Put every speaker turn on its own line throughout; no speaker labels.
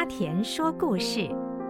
阿田说故事。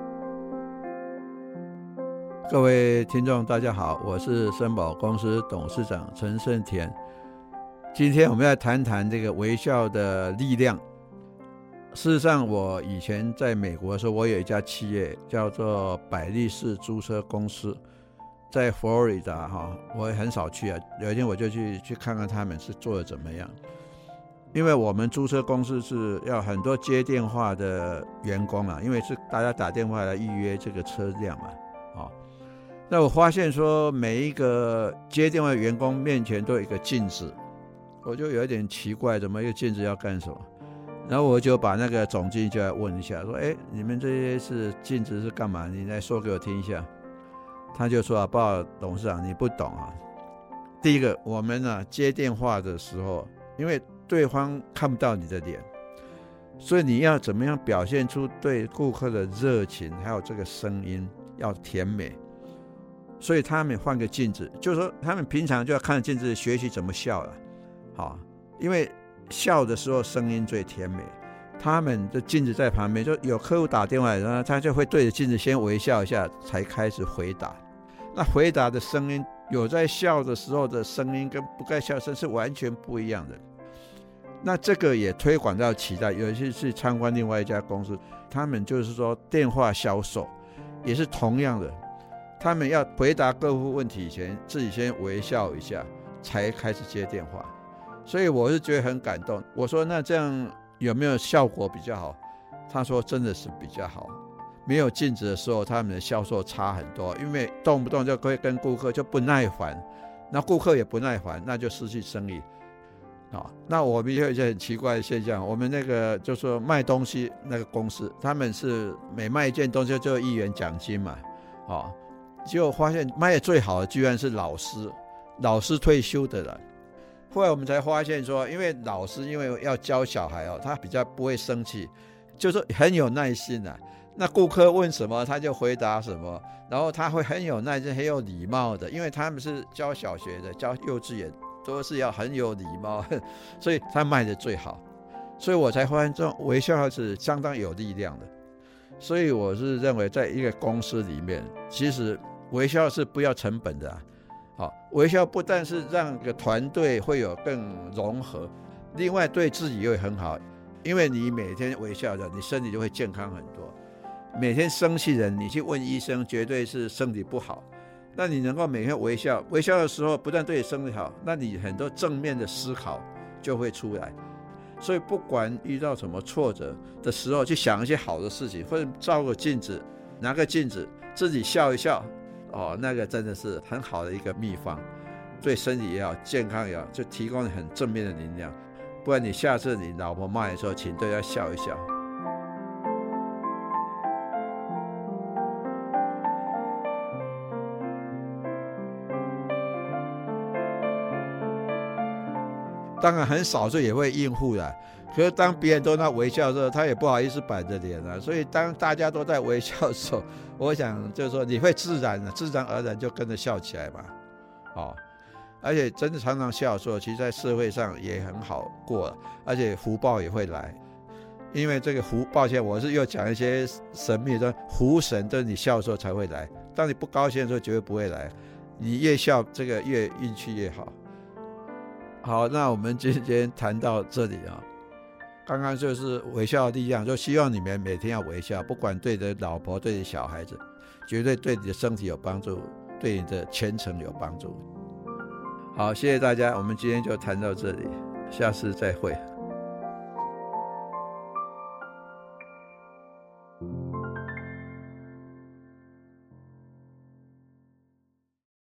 各位听众大家好，我是森宝公司董事长陈胜田。今天我们要谈谈这个微笑的力量。事实上我以前在美国的时候，我有一家企业叫做百力士租车公司，在佛罗里达我也很少去啊，有一天我就去看看他们是做的怎么样。因为我们租车公司是要很多接电话的员工因为是大家打电话来预约这个车辆嘛那我发现说每一个接电话的员工面前都有一个镜子，我就有一点奇怪，怎么一个镜子要干什么？然后我就把那个总经理就来问一下，说你们这些是镜子是干嘛？你来说给我听一下。他就说不好董事长你不懂第一个我们接电话的时候，因为对方看不到你的脸，所以你要怎么样表现出对顾客的热情，还有这个声音要甜美。所以他们换个镜子，就是说他们平常就要看着镜子学习怎么笑了因为笑的时候声音最甜美。他们的镜子在旁边，就有客户打电话来，他就会对着镜子先微笑一下才开始回答。那回答的声音，有在笑的时候的声音跟不该笑的声音是完全不一样的。那这个也推广到其他，有一次去参观另外一家公司，他们就是说电话销售也是同样的，他们要回答客户问题前自己先微笑一下才开始接电话。所以我是觉得很感动，我说那这样有没有效果比较好？他说真的是比较好。没有镜子的时候他们的销售差很多，因为动不动就会跟顾客就不耐烦，那顾客也不耐烦，那就失去生意那我们有一些很奇怪的现象，我们那个就说卖东西那个公司，他们是每卖一件东西就有1元奖金嘛结果发现卖的最好的居然是老师退休的人。后来我们才发现说，因为老师因为要教小孩他比较不会生气，就是很有耐心那顾客问什么他就回答什么，然后他会很有耐心很有礼貌的，因为他们是教小学的教幼稚园都是要很有礼貌，所以他卖的最好。所以我才发现这种微笑是相当有力量的。所以我是认为在一个公司里面，其实微笑是不要成本的微笑不但是让个团队会有更融合，另外对自己也会很好，因为你每天微笑的，你身体就会健康很多。每天生气人你去问医生绝对是身体不好，那你能够每天微笑的时候，不但对你身体好，那你很多正面的思考就会出来。所以不管遇到什么挫折的时候，去想一些好的事情，或者照个镜子，拿个镜子自己笑一笑那个真的是很好的一个秘方，对身体也好健康也好，就提供很正面的能量。不然你下次你老婆骂你的时候，请对她笑一笑。当然很少数也会应付的，可是当别人都在微笑的时候，他也不好意思板着脸所以当大家都在微笑的时候，我想就是说你会自然而然就跟着笑起来嘛而且真的常常笑的时候，其实在社会上也很好过，而且福报也会来。因为这个抱歉我是又讲一些神秘的，福神就是你笑的时候才会来，当你不高兴的时候绝对不会来，你越笑这个越运气越好。好，那我们今天谈到这里刚刚就是微笑的力量，就希望你们每天要微笑，不管对你的老婆对你的小孩子，绝对对你的身体有帮助，对你的前程有帮助。好，谢谢大家，我们今天就谈到这里，下次再会。